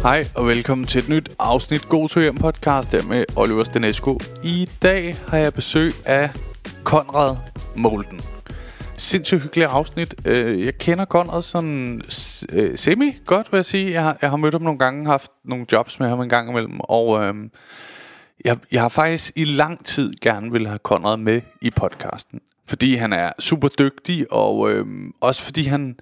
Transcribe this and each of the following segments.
Hej og velkommen til et nyt afsnit God to hjem podcast der med Oliver Stenesco. I dag har jeg besøg af Conrad Molden. Sindssygt hyggeligt afsnit. Jeg kender Conrad sådan semi godt, vil jeg sige. Jeg har mødt ham nogle gange, haft nogle jobs med ham en gang imellem. Og jeg har faktisk i lang tid gerne ville have Conrad med i podcasten. Fordi han er super dygtig, og også fordi han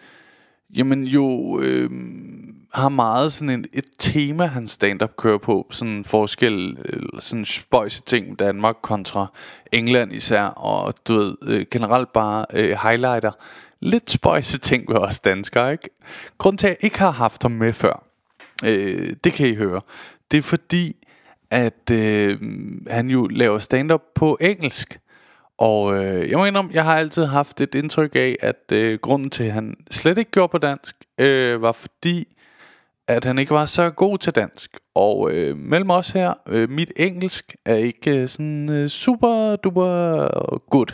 har meget sådan et tema, han stand-up kører på. Sådan forskel, sådan spøjse ting Danmark kontra England især. Og du ved, generelt bare highlighter lidt spøjse ting ved os danskere, ikke? Grunden til at jeg ikke har haft ham med før, det kan I høre. Det er fordi at han jo laver stand-up på engelsk. Og jeg må indrømme, jeg har altid haft et indtryk af, at grunden til at han slet ikke gjorde på dansk, var fordi at han ikke var så god til dansk. Og mellem os her, mit engelsk er ikke sådan super duper good.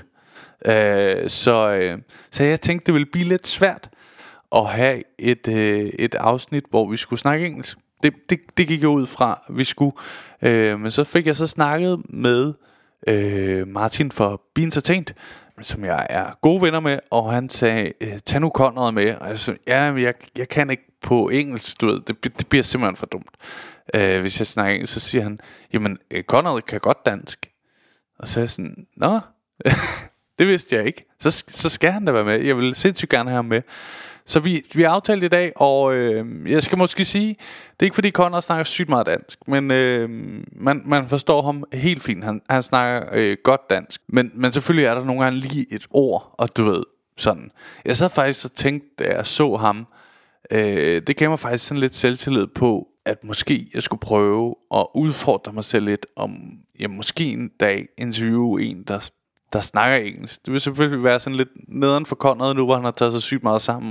Så jeg tænkte, det ville blive lidt svært at have et afsnit, hvor vi skulle snakke engelsk. Det gik jeg ud fra, vi skulle. Men så fik jeg så snakket med Martin for Beans & Taint, som jeg er gode venner med, og han sagde, tag nu Conrad med. Og jeg sagde, jeg kan ikke på engelsk, du ved, det bliver simpelthen for dumt. Hvis jeg snakker engelsk, så siger han, jamen, Conrad kan godt dansk. Og så er jeg sådan, nå, det vidste jeg ikke. Så skal han da være med. Jeg vil sindssygt gerne have ham med. Så vi har aftalt i dag, og jeg skal måske sige, det er ikke fordi Conrad snakker sygt meget dansk, men man forstår ham helt fint. Han snakker godt dansk, men selvfølgelig er der nogle gange lige et ord, og du ved, sådan. Jeg sad faktisk og tænkte, da jeg så ham, det gav mig faktisk sådan lidt selvtillid på, at måske jeg skulle prøve at udfordre mig selv lidt, om jeg måske en dag interviewe en, der snakker engelsk. Det vil selvfølgelig være sådan lidt nederen for Conrad nu, hvor han har taget sig sygt meget sammen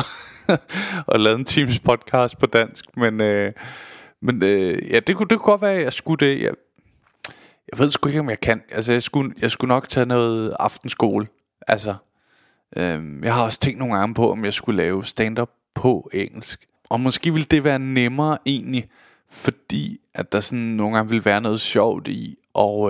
og lavet en Teams podcast på dansk. Men ja, det kunne godt være, at jeg skulle det. Jeg ved sgu ikke, om jeg kan. Altså, jeg skulle nok tage noget aftenskole. Altså, jeg har også tænkt nogle gange på, om jeg skulle lave stand-up på engelsk. Og måske ville det være nemmere egentlig, fordi at der sådan nogle gange ville være noget sjovt i, og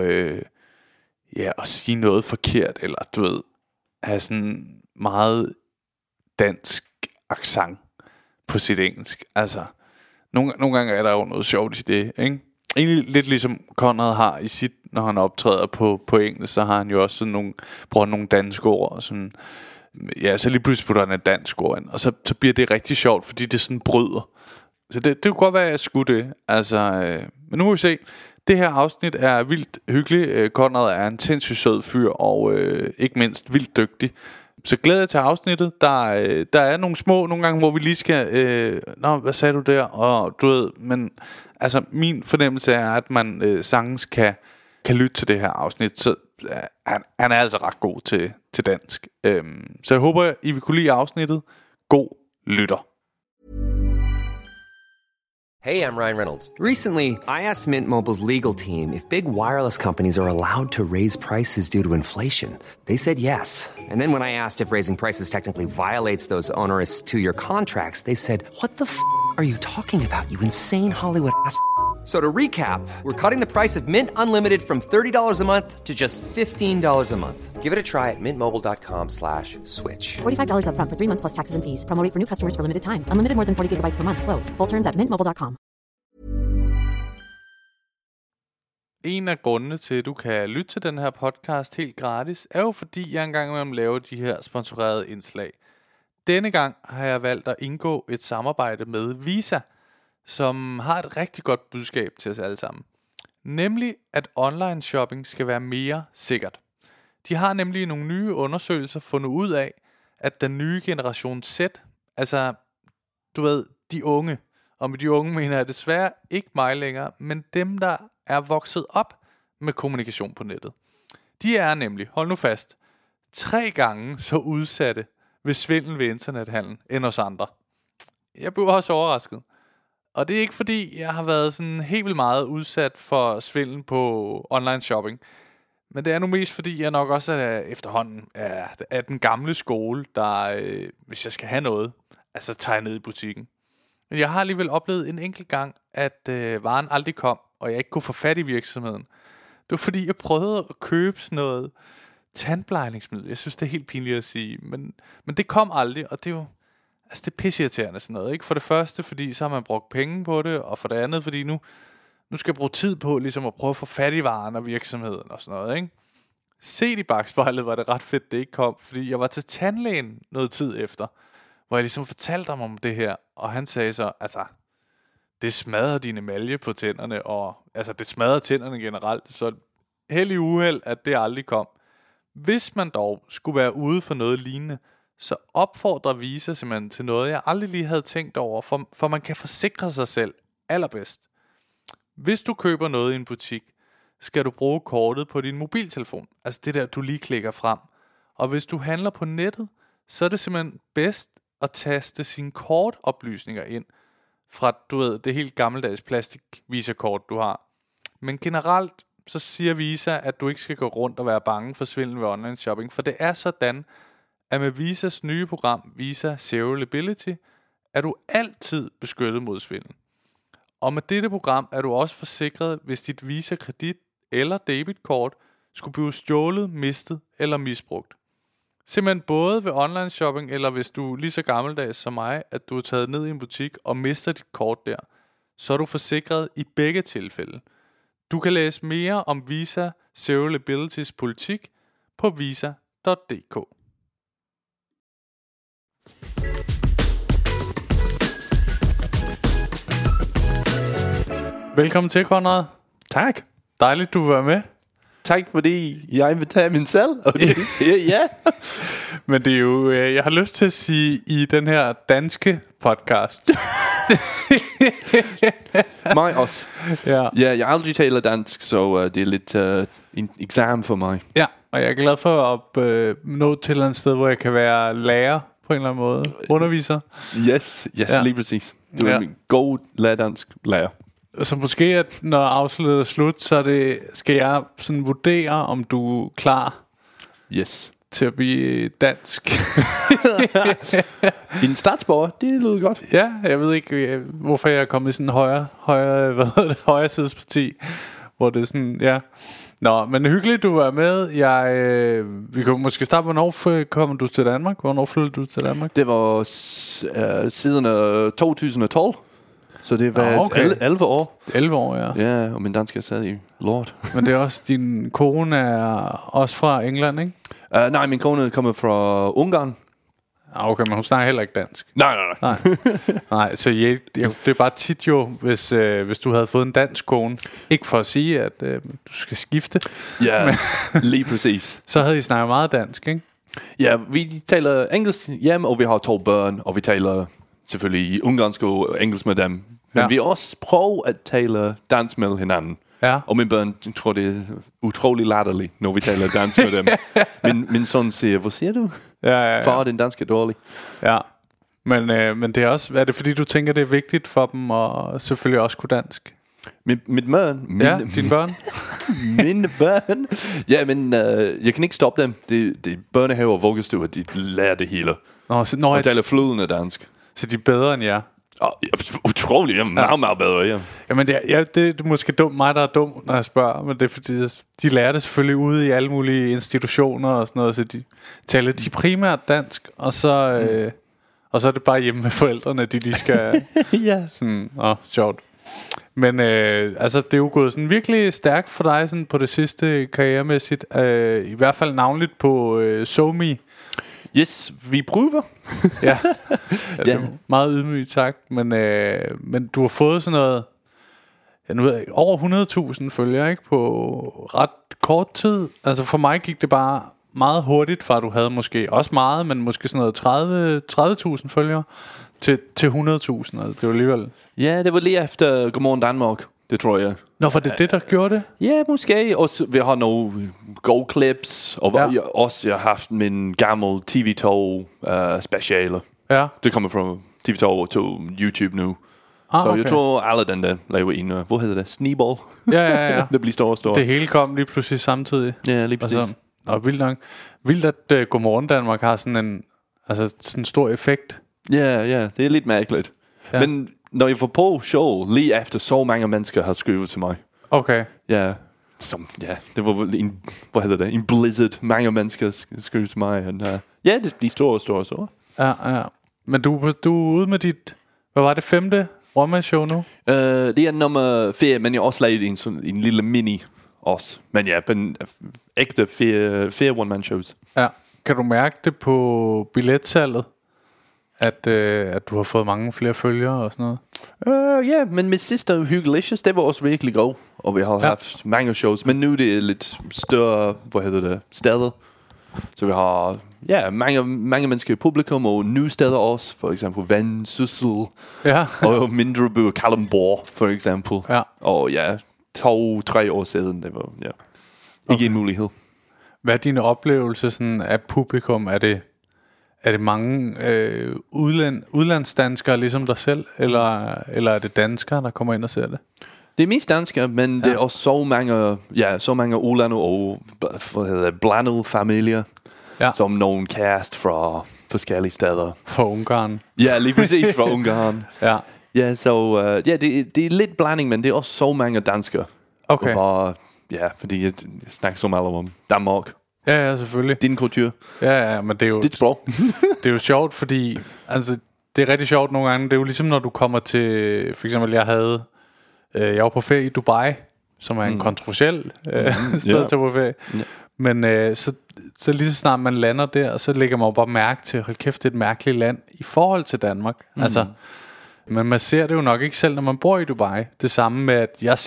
at sige noget forkert, eller du ved, have sådan meget dansk accent på sit engelsk. Altså, nogle gange er der jo noget sjovt i det, ikke? Egentlig lidt ligesom Conrad har i sit, når han optræder på engelsk, så har han jo også sådan bruger nogle danske ord, og sådan, ja, så lige pludselig putter han et dansk ord ind, og så bliver det rigtig sjovt, fordi det sådan bryder. Så det kunne godt være, at jeg skulle det. Altså, men nu må vi se. Det her afsnit er vildt hyggeligt. Conrad er en sindssygt sød fyr, og ikke mindst vildt dygtig. Så glæder jeg til afsnittet. Der er nogle gange, hvor vi lige skal nå, hvad sagde du der? Og du ved, men altså min fornemmelse er, at man sagtens kan lytte til det her afsnit. Så han er altså ret god til dansk. Så jeg håber, I vil kunne lide afsnittet. God lytter. Hey, I'm Ryan Reynolds. Recently, I asked Mint Mobile's legal team if big wireless companies are allowed to raise prices due to inflation. They said yes. And then when I asked if raising prices technically violates those onerous two-year contracts, they said, what the f*** are you talking about, you insane Hollywood ass f- So to recap, we're cutting the price of Mint Unlimited from $30 a month to just $15 a month. Give it a try at mintmobile.com/switch. $45 up front for 3 months plus taxes and fees. Promo rate for new customers for limited time. Unlimited more than 40 gigabytes per month. Slows full terms at mintmobile.com. En af grundene til, at du kan lytte til den her podcast helt gratis, er jo fordi, jeg engang imellem laver de her sponsorerede indslag. Denne gang har jeg valgt at indgå et samarbejde med Visa, som har et rigtig godt budskab til os alle sammen. Nemlig, at online shopping skal være mere sikkert. De har nemlig nogle nye undersøgelser fundet ud af, at den nye generation Z, altså, du ved, de unge, og med de unge mener jeg desværre ikke mig længere, men dem, der er vokset op med kommunikation på nettet. De er nemlig, hold nu fast, 3 gange så udsatte ved svindel ved internethandel end os andre. Jeg blev også overrasket. Og det er ikke fordi, jeg har været sådan helt vildt meget udsat for svindel på online shopping. Men det er nu mest fordi, jeg nok også er efterhånden er den gamle skole, der hvis jeg skal have noget, altså tager jeg ned i butikken. Men jeg har alligevel oplevet en enkelt gang, at varen aldrig kom, og jeg ikke kunne få fat i virksomheden. Det var fordi, jeg prøvede at købe sådan noget tandplejningsmiddel. Jeg synes, det er helt pinligt at sige, men det kom aldrig, og det er jo det er pisseirriterende sådan noget, ikke? For det første, fordi så har man brugt penge på det, og for det andet, fordi nu skal jeg bruge tid på ligesom at prøve at få fat i varen og virksomheden og sådan noget, ikke? Set i bagspejlet var det ret fedt, det ikke kom, fordi jeg var til tandlægen noget tid efter, hvor jeg ligesom fortalte ham om det her, og han sagde så, altså, det smadrer din emalje på tænderne, og altså, det smadrer tænderne generelt, så held i uheld, at det aldrig kom. Hvis man dog skulle være ude for noget lignende, så opfordrer Visa simpelthen til noget, jeg aldrig lige havde tænkt over, for man kan forsikre sig selv allerbedst. Hvis du køber noget i en butik, skal du bruge kortet på din mobiltelefon. Altså det der, du lige klikker frem. Og hvis du handler på nettet, så er det simpelthen bedst at taste sine kortoplysninger ind fra, du ved, det helt gammeldags plastik-Visa-kort, du har. Men generelt, så siger Visa, at du ikke skal gå rundt og være bange for svindel ved online shopping, for det er sådan, at med Visas nye program, Visa Zero Liability, er du altid beskyttet mod svindel. Og med dette program er du også forsikret, hvis dit Visa kredit eller debitkort skulle blive stjålet, mistet eller misbrugt. Simpelthen både ved online shopping, eller hvis du er lige så gammeldags som mig, at du er taget ned i en butik og mister dit kort der, så er du forsikret i begge tilfælde. Du kan læse mere om Visa Zero Liabilitys politik på visa.dk. Velkommen til, Konrad. Tak. Dejligt, du var med. Tak, fordi jeg inviterer min selv, og det siger ja. Men det er jo, jeg har lyst til at sige, i den her danske podcast. Mig også. Ja. Ja, jeg aldrig taler dansk, så det er lidt en eksamen for mig. Ja, og jeg er glad for at nå til et eller andet sted, hvor jeg kan være lærer på en eller anden måde. Underviser. Yes, ja. Lige præcis. Du er en god dansk lærer. Så måske, at når afsluttet er slut, så skal jeg sådan vurdere, om du er klar til at blive dansk. En statsborger, det lyder godt. Ja, jeg ved ikke, hvorfor jeg er kommet i sådan en højre sidesparti, hvor det er sådan, ja. Nå, men hyggeligt, du var med. Vi kan måske starte, hvornår kommer du til Danmark? Hvornår flyttede du til Danmark? Det var siden 2012. Så det var 11 år. 11 år, ja. Ja, og min dansk er stadig i lort. Men det er også, din kone er også fra England, ikke? Nej, min kone kommer fra Ungarn. Okay, men hun snakker heller ikke dansk. Nej. Nej, så det er bare tit jo, hvis du havde fået en dansk kone. Ikke for at sige, at du skal skifte. Ja, lige præcis. Så havde I snakket meget dansk, ikke? Ja, vi taler engelsk hjemme, og vi har 2 børn, og vi taler selvfølgelig ungarsk og engelsk med dem. Men vi også prøver at tale dansk med hinanden. Ja. Og mine børn tror, det er utrolig latterligt, når vi taler dansk med dem. Min søn siger, hvad siger du? Ja. Far, den dansk er dårlig. Ja, men det er også, er det fordi, du tænker, det er vigtigt for dem at selvfølgelig også kunne dansk? Mit børn? Dine børn? Mine børn? Ja, men jeg kan ikke stoppe dem. Det er børnehave og vuggestue, de lærer det hele. Og taler flydende dansk. Så de er bedre end jer? Utroligt, jeg er meget bedre, ja. Jamen det er måske mig, der er dum, når jeg spørger. Men det er fordi, de lærer det selvfølgelig ude i alle mulige institutioner og sådan noget. Så de taler de primært dansk, og så er det bare hjemme med forældrene, de skal sådan, sjovt. Men altså, det er jo gået sådan virkelig stærkt for dig sådan på det sidste karrieremæssigt. I hvert fald navnligt på SoMe. Yes, vi prøver. Ja, det er meget ydmygt sagt. Men du har fået sådan noget, nu ved jeg ikke, over 100.000 følgere, ikke, på ret kort tid. Altså for mig gik det bare meget hurtigt, fra du havde måske også meget, men måske sådan noget 30.000 følgere til 100.000. Altså det var alligevel. Ja, det var lige efter Godmorgen Danmark. Det tror jeg. Nå, var det der gjorde det? Ja, måske. Også, vi har nogle gode clips. Og jeg har haft min gamle TV2 specialer. Ja. Det kommer fra TV2 til YouTube nu. Så jeg tror alle den der laver en, hvad hedder det? Sneeball. Ja. Det bliver stor. Det hele kom lige pludselig samtidig. Ja, lige præcis. Og vildt nok. Vildt, at Godmorgen Danmark har sådan en stor effekt. Ja, det er lidt mærkeligt. Ja. Men når jeg får på show, lige efter så mange mennesker har skrevet til mig. Okay. Ja, det var en blizzard. Mange mennesker skrev til mig. Det bliver stort. Ja. Men du er ude med dit, hvad var det, 5. one-man-show nu? Det er nummer 4, men jeg har også lavet en lille mini også. Men ja, ægte 4 one-man-shows. Ja. Kan du mærke det på billetsalget? At du har fået mange flere følgere og sådan noget? Men mit sidste Hyggelicious, det var også virkelig god. Og vi har haft mange shows. Men nu det er lidt større, steder. Så vi har mange mennesker i publikum, og nye steder også. For eksempel Vendsyssel. Ja. Og mindre byer, Kalundborg, for eksempel. Ja. Og 2-3 år siden, det var ikke en mulighed. Hvad er dine oplevelser sådan, af publikum? Er det mange udlandsdanskere ligesom dig selv, eller er det danskere, der kommer ind og ser det? Det er mest danskere, men det er også så mange udlande og blandede familier, som nogle cast fra forskellige steder. Fra Ungarn. Ja, lige præcis fra Ungarn. Ja, så det er lidt blanding, men det er også så mange danskere. Okay. Og fordi jeg snakker så meget om Danmark. Ja, selvfølgelig. Din kultur. Ja, men det er jo... Dit sprog. Det er jo sjovt, fordi... Altså, det er rigtig sjovt nogle gange. Det er jo ligesom, når du kommer til... For eksempel, jeg var på ferie i Dubai, som er en kontroversiel sted til på ferie. Men så lige så snart man lander der, så lægger man jo bare mærke til, hold kæft, det er et mærkeligt land i forhold til Danmark. Altså, men man ser det jo nok ikke selv, når man bor i Dubai. Det samme med, at jeg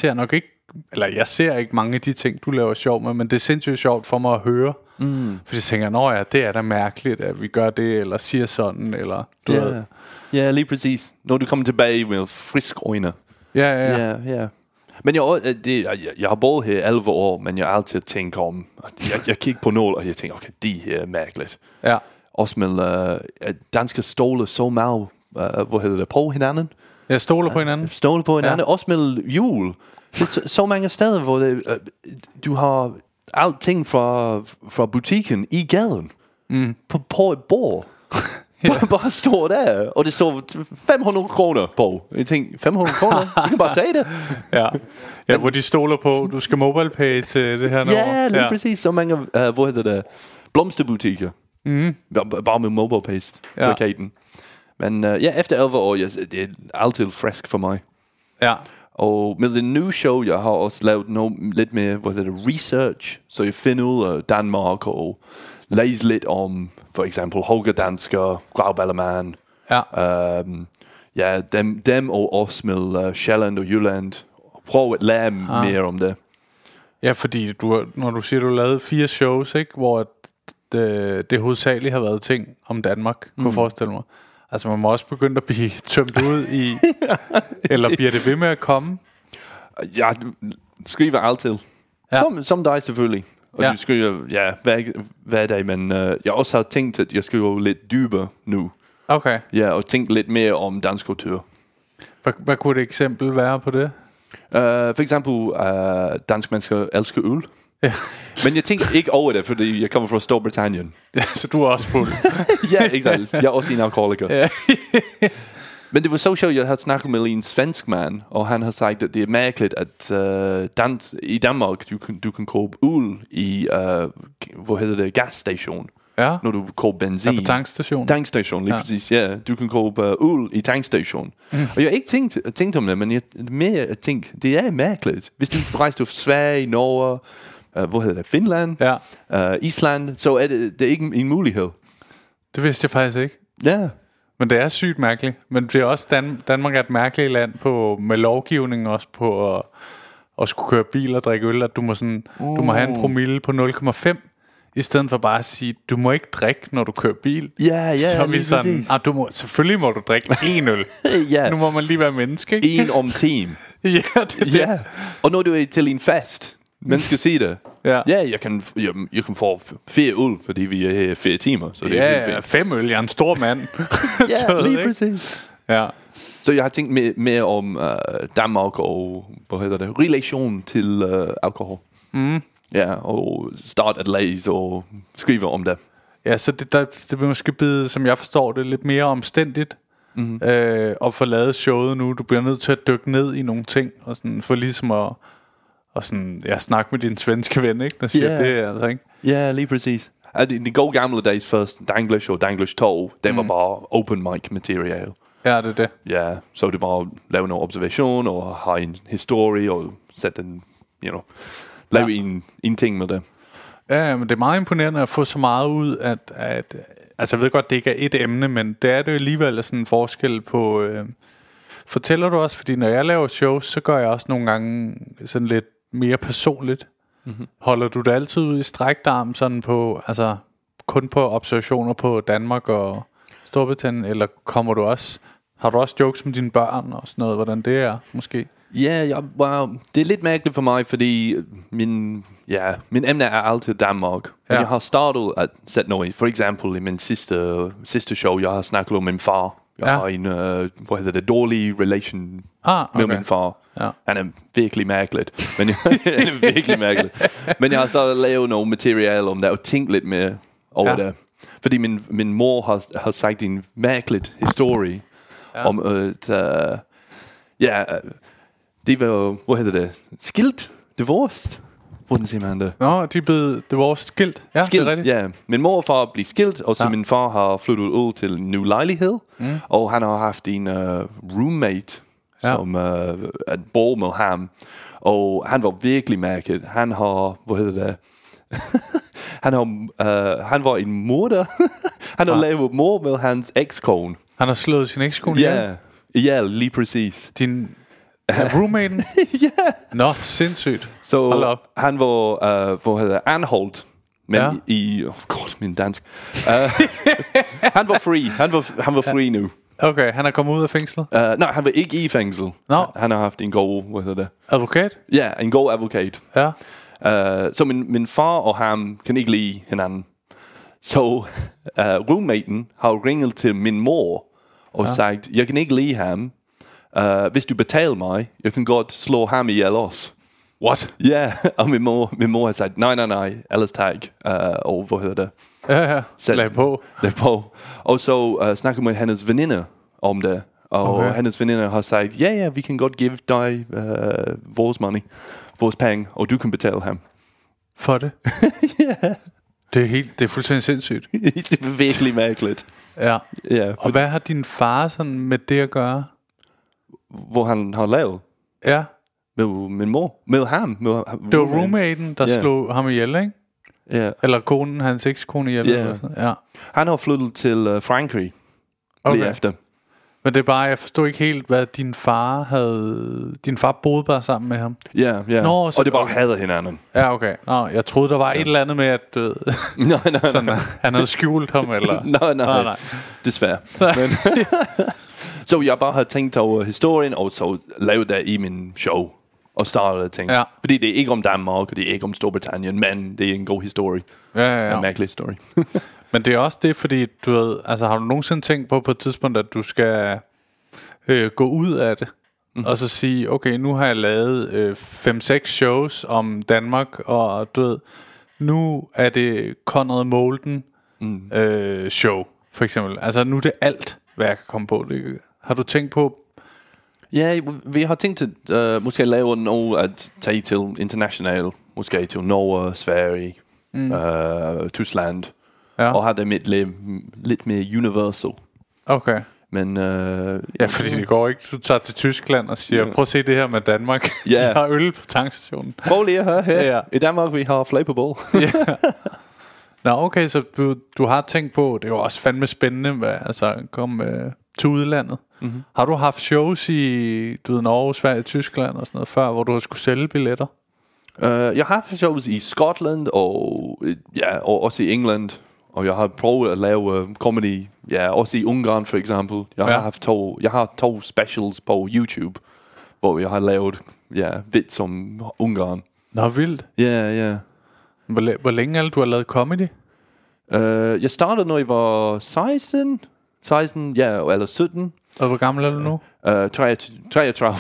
ser ikke mange af de ting, du laver sjov med, men det er sindssygt sjovt for mig at høre. Fordi jeg tænker, det er da mærkeligt, at vi gør det, eller siger sådan, eller du ved. Ja, lige præcis. Når du kommer tilbage med frisk øjne. Ja. Men jeg har boet her 11 år, men jeg har altid tænkt om, jeg kigger på noget, og jeg tænker, okay, de her er mærkeligt. Ja. Også med danske stole så meget, på hinanden. Ja, stoler på hinanden. Stoler på hinanden, også med jul. Så mange steder, hvor du har alting fra butikken i gaden på et bord. Bare står der, og det står 500 kroner på. Jeg tænker, 500 kroner? Du kan bare tage det. Ja, hvor de stoler på, du skal MobilePay til det her nummer. Ja, lige præcis. Så mange, blomsterbutikker. Bare med MobilePay-plakaten. Men efter 11 år, det er altid frisk for mig. Ja. Og med det nye show, jeg har også lavet lidt mere, research, så jeg finder ud af Danmark og læser lidt om, for eksempel, Hoggerdansker, Grauballermann. Ja. Dem og os med Sjælland og Jylland. Prøv at lære mere om det. Ja, fordi når du siger, du lavede 4 shows, ikke, hvor det hovedsageligt har været ting om Danmark, kunne jeg forestille mig. Altså man må også begynde at blive tømt ud i, eller bliver det ved med at komme? Jeg skriver altid. Som dig selvfølgelig. Og du skriver, hver dag, men jeg også har tænkt, at jeg skriver lidt dybere nu. Okay. Ja, og tænkt lidt mere om dansk kultur. Hvad kunne et eksempel være på det? For eksempel, dansk mennesker elsker øl. Ja. Men jeg tænker ikke over det, fordi jeg kommer fra Storbritannien. Ja, så du er også fuld. Ja, exakt. Jeg er også en alkoholiker. Ja. Men det var så sjovt, jeg havde snakket med en svensk mand, og han har sagt, at det er mærkeligt, at i Danmark, du kan købe øl i, gasstation. Ja. Når du køber benzin. Ja, på tankstation. Tankstation, lige præcis. Ja, du kan købe øl i tankstation. Og jeg har ikke tænkt om det, men jeg tænkte, det er mærkeligt. Hvis du rejser til Sverige, Norge, Finland, Island, så er det ikke en mulighed. Det vidste jeg faktisk ikke. Ja. Men det er sygt mærkeligt. Men det er også Danmark er et mærkeligt land med lovgivning også på at skulle køre bil og drikke øl, at du må have en promille på 0,5 i stedet for bare at sige, du må ikke drikke, når du kører bil. Ja, så er vi sådan, selvfølgelig må du drikke en øl. Nu må man lige være menneske, ikke? En om team. Ja, det er det. Og når du er til en fest, man skal sige det. Jeg kan få 4 øl, fordi vi er her 4 timer. Så det er 5 øl, jeg er en stor mand. Ja, lige præcis. Ja. Så jeg har tænkt mere om Danmark og relation til alkohol. Ja, og start at læse og skrive om det. Ja, så det vil måske blive, som jeg forstår det, lidt mere omstændigt. og få lavet showet nu. Du bliver nødt til at dykke ned i nogle ting, og sådan, for ligesom at og sådan, snakke med din svenske ven, ikke? Der siger det, altså, ikke? Ja, lige præcis. De gode gamle days først, Danglish og Danglish 2, det var bare open mic materiale. Ja, det er det. Ja, så det bare lave noget observation, og have en historie, og sætte en, lave en ting med det. Ja, men det er meget imponerende at få så meget ud, at altså jeg ved godt, det ikke er et emne, men det er det alligevel sådan en forskel på... Fortæller du også, fordi når jeg laver shows, så gør jeg også nogle gange sådan lidt mere personligt. Holder du det altid ud i strækdarm, sådan på, altså kun på observationer på Danmark og Storbritannien, eller har du også jokes med dine børn og sådan noget, hvordan det er, måske? Ja, det er lidt mærkeligt for mig, fordi min emne er altid Danmark. Ja. Jeg har startet at sætte noget, for eksempel i min sidste show, jeg har snakket om min far. Jeg har en, dårlig relation med min far. Ja. Han er virkelig mærkeligt. Men jeg har så lavet noget materiale om det, og tænkt lidt mere over det. Fordi min mor har sagt en mærkelig historie om, det var, skilt, divorced. Hvordan siger man det? Nå, de er blevet divorced, skilt. Ja, skilt, det er rigtigt. Ja. Min mor og far blev skilt, og så min far har flyttet ud til en ny lejlighed, og han har haft en roommate, som bor med ham, og han var virkelig mærket. Han har, han var en morder. Han har lavet mord med hans ekskone. Han har slået sin ekskone ihjel? Ja, lige præcis. Din roommaten? Nå, sindssygt. Så han var anholdt. Men min dansk. Han var free. Han var free nu. Okay, han er kommet ud af fængslet? Nej, han var ikke i fængsel. Han har haft en god, advokat? Ja, en god advokat. Ja. Så min far og ham kan ikke lide hinanden. Så roommaten har ringet til min mor og sagt, jeg kan ikke lide ham. Hvis du betaler mig, jeg kan godt slå ham ihjel også. What? Ja, og min mor har sagt, nej, ellers tak. Og Ja, lag på. Og så snakker med hendes veninder om det. Og hendes veninder har sagt, ja, vi kan godt give dig vores penge, og du kan betale ham. For det? Ja. Det er fuldstændig sindssygt. Det er virkelig mærkeligt. Ja. Og hvad har din far sådan med det at gøre? Hvor han har lavet? Ja. Med min mor? Med ham? Det var roommaten, der slog ham ihjel, ikke? Ja. Eller konen, hans ekskone ihjel. Yeah. Ja. Han har flyttet til Frankrig lige efter. Men det er bare, jeg forstod ikke helt, hvad din far havde... Din far boede bare sammen med ham? Ja. Nå, og det bare havde hinanden. Ja, okay. Nå, jeg troede, der var et eller andet med, at nej. Han havde skjult ham, eller... Nej. Desværre. Men, så jeg bare har tænkt over historien, og så lavet det i min show. Og startede ting. Ja. Fordi det er ikke om Danmark, og det er ikke om Storbritannien, men det er en god historie. Ja. En mærkelig historie. Men det er også det, fordi du ved, altså har du nogensinde tænkt på et tidspunkt, at du skal gå ud af det, og så sige, okay, nu har jeg lavet 5-6 shows om Danmark, og du ved, nu er det Conrad Molden show, for eksempel. Altså nu er det alt, hvad jeg kan komme på. Har du tænkt på? Ja, vi har tænkt at måske lave noget at tage til international, måske til Norge, Sverige, Tyskland, og have det lidt mere universal. Okay. Men ja, fordi det går ikke. Du tager til Tyskland og siger, prøv at se det her med Danmark. De har øl på tankstationen. Prøv lige at høre her. Ja. I Danmark vi har flipperball. Nå, okay, så du har tænkt på, det er jo også fandme spændende, altså komme til udlandet. Har du haft shows i Norge, Sverige, Tyskland og sådan noget før, hvor du har skulle sælge billetter? Jeg har haft shows i Skotland og også i England, og jeg har prøvet at lave comedy, også i Ungarn for eksempel. Jeg har to specials på YouTube, hvor jeg har lavet vits om Ungarn. Nå, vildt. Ja. Hvor længe har du lavet comedy? Jeg startede, når jeg var 16, eller 17. Og hvor gammel er du nu? 23.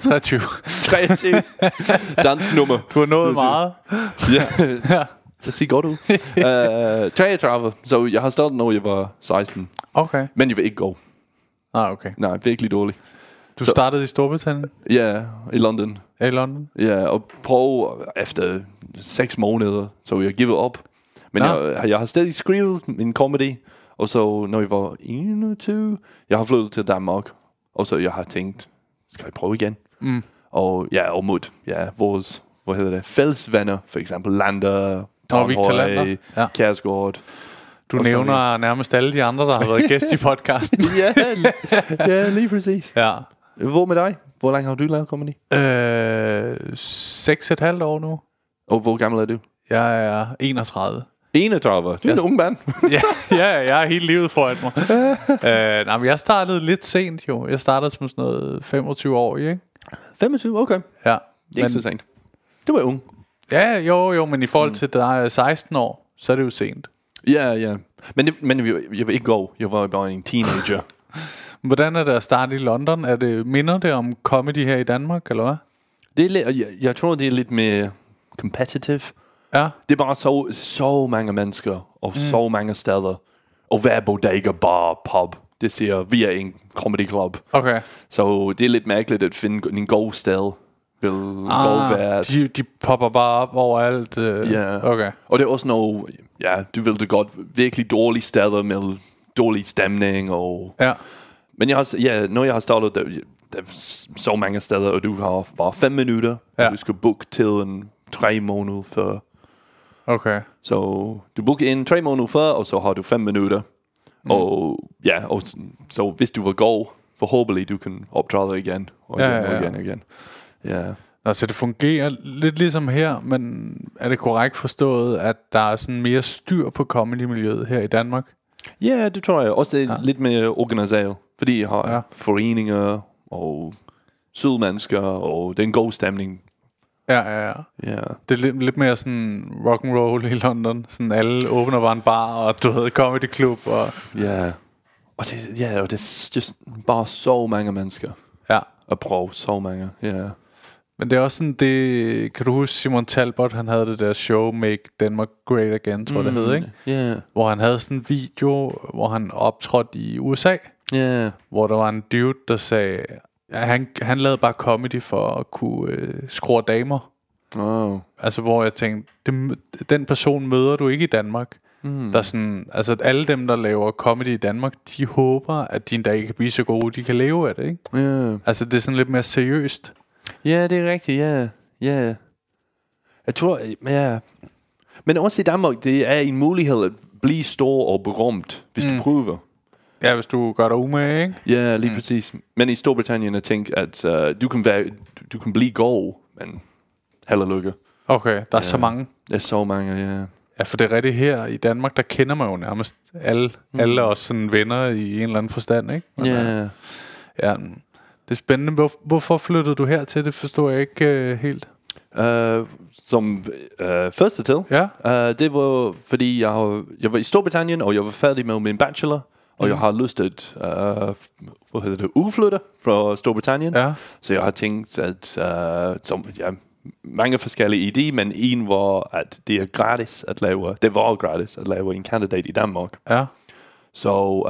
23. Dansk nummer. Du har nået meget. Ja. Det ser godt ud. 33. Så jeg har startet, når jeg var 16. Okay. Men jeg vil ikke gå. Okay. Nej, virkelig dårlig. Du startede i Storbritannien? Ja, i London. I London? Ja, og prøv efter 6 måneder, så jeg givet op. Men jeg har stadig skrevet min comedy, og så når jeg var 21, jeg har flyttet til Danmark, og så jeg har tænkt, skal jeg prøve igen? Og mod vores, fællesvenner, for eksempel Lander, Tornhøj, Kærsgaard. Du nævner nærmest alle de andre, der har været gæst i podcasten. ja, lige præcis. Ja. Hvor med dig? Hvor længe har du lavet comedy? 6,5 år nu. Og hvor gammel er du? Jeg er 31. 31? Du er en ung mand. Jeg er hele livet foran mig. Men jeg startede lidt sent jo. Jeg startede som sådan noget 25 år, ikke? 25? Okay. Ja. Ikke så sent. Du er ung. Ja, jo, men i forhold til, der er 16 år, så er det jo sent. Ja. Men jeg vil ikke gå. Jeg var bare en teenager. Hvordan er det at starte i London? Minder det om comedy her i Danmark, eller hvad? Det er jeg tror, det er lidt mere competitive. Ja. Det er bare så mange mennesker, og så mange steder. Og hver bodega, bar, pub, det siger, vi er en comedy club. Okay. Så det er lidt mærkeligt at finde en god sted. De popper bare op overalt. Okay. Og det er også noget, du vil det godt, virkelig dårlige steder med dårlig stemning. Og men når jeg har startet, der er så mange steder, og du har bare 5 minutter, og du skal booke til 3 måneder før. Okay. Så du booker ind 3 måneder før, og så har du 5 minutter. Og så hvis du vil gå, forhåbentlig du kan optræde igen, og igen. Ja. Altså det fungerer lidt ligesom her, men er det korrekt forstået, at der er sådan mere styr på comedy-miljøet her i Danmark? Ja, det tror jeg. Også det er lidt mere organiseret, fordi jeg har foreninger og søde mennesker, og det er en god stemning. Ja. Det er lidt mere sådan rock and roll i London. Sådan alle åbner bare en bar, og du ved, comedy club. Og det er just bare så mange mennesker. Ja. At prøve så mange, Men det er også sådan, det kan du huske Simon Talbot, han havde det der show Make Denmark Great Again, tror det hed, ikke? Yeah. Hvor han havde sådan en video, hvor han optrådte i USA. Hvor der var en dude, der sagde, han lavede bare comedy for at kunne skrue damer. Altså hvor jeg tænkte, den person møder du ikke i Danmark. Der sådan, altså alle dem der laver comedy i Danmark, de håber at de en dag kan blive så gode, de kan leve af det, ikke? Altså det er sådan lidt mere seriøst. Ja, det er rigtigt. Ja. Jeg tror, men også i Danmark, det er en mulighed at blive stor og berømt, hvis du prøver. Ja, hvis du gør dig umage, ikke? Ja, lige præcis. Men i Storbritannien, jeg tænker, at du kan blive god, men held og lykke. Okay, der er så mange. Der er så mange, ja. Ja, for det er rigtigt her i Danmark, der kender man jo nærmest alle os sådan venner i en eller anden forstand, ikke? Men, ja, det er spændende. Hvorfor flyttede du her til? Det forstår jeg ikke helt. Som første til? Ja. Det var, fordi jeg var i Storbritannien, og jeg var færdig med min bachelor, og jeg har lyst at udflytte fra Storbritannien. Ja. Så jeg har tænkt, at mange forskellige idéer, men en var, at det var gratis at lave en kandidat i Danmark. Ja. Så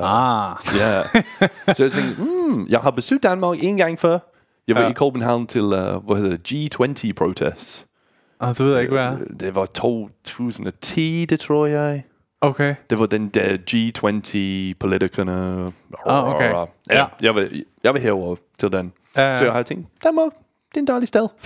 så jeg tænkte, jeg har besøgt Danmark en gang før. Jeg var i København til G20 protests. Det ved jeg ikke, hvad er. Det var 2010, det tror jeg. Okay. Det var den der G20-politikerne. Okay. Ja. Jeg var herovre til den. Så jeg har tænkt, Danmark, det er en dejlig sted.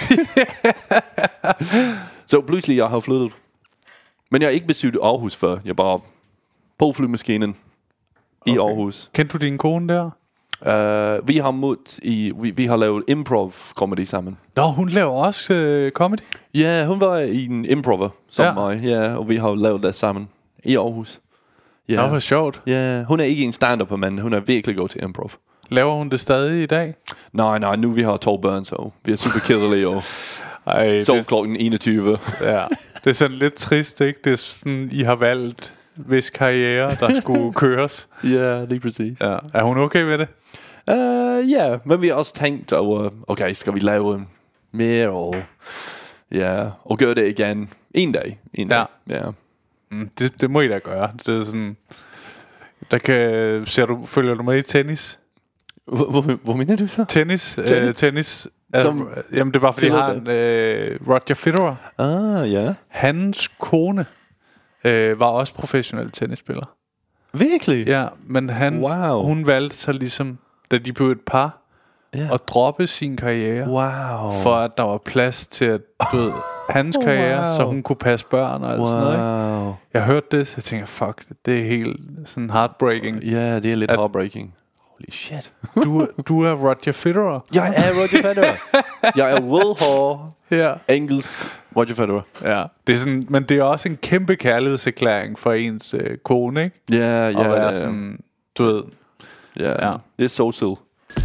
Så pludselig jeg har flyttet. Men jeg har ikke besøgt Aarhus før. Jeg bare på flymaskinen i Aarhus. Kendte du din kone der? Vi har vi har lavet improv comedy sammen. Nå, hun laver også comedy? Ja, hun var i en improver som mig. Ja, og vi har lavet det sammen i Aarhus. Ja. Nå, hvor sjovt. Ja, hun er ikke en stand-up, men hun er virkelig god til improv. Laver hun det stadig i dag? Nej, nu vi har 2 børn, så vi er super kedelige og så klokken 21. Ja, det er sådan lidt trist, ikke? Det er sådan, I har valgt hvis karriere, der skulle køres. Ja, lige præcis. Ja. Er hun okay med det? Ja, men vi har også tænkt over, okay, skal vi lave mere og gøre det igen en dag. Ja. Det må I da gøre. Det er sådan, Følger du med i tennis? Hvor mener du så? Tennis. Jamen det er bare fordi jeg har en Roger Federer. Ja. Hans kone var også professionel tennisspiller. Virkelig? Ja, men hun valgte så ligesom, da de blev et par, at droppe sin karriere. For at der var plads til at hans karriere, så hun kunne passe børn og alt sådan noget, ikke? Jeg hørte det, så jeg tænkte, fuck, det er helt sådan heartbreaking. Ja, det er lidt heartbreaking. Holy shit. Du er Roger Federer. Jeg er Roger Federer. Jeg er rødhåret, engelsk Roger Federer. Ja, det er sådan, men det er også en kæmpe kærlighedserklæring for ens kone, ikke? Ja. Sådan, du ved. Ja, det er so cool.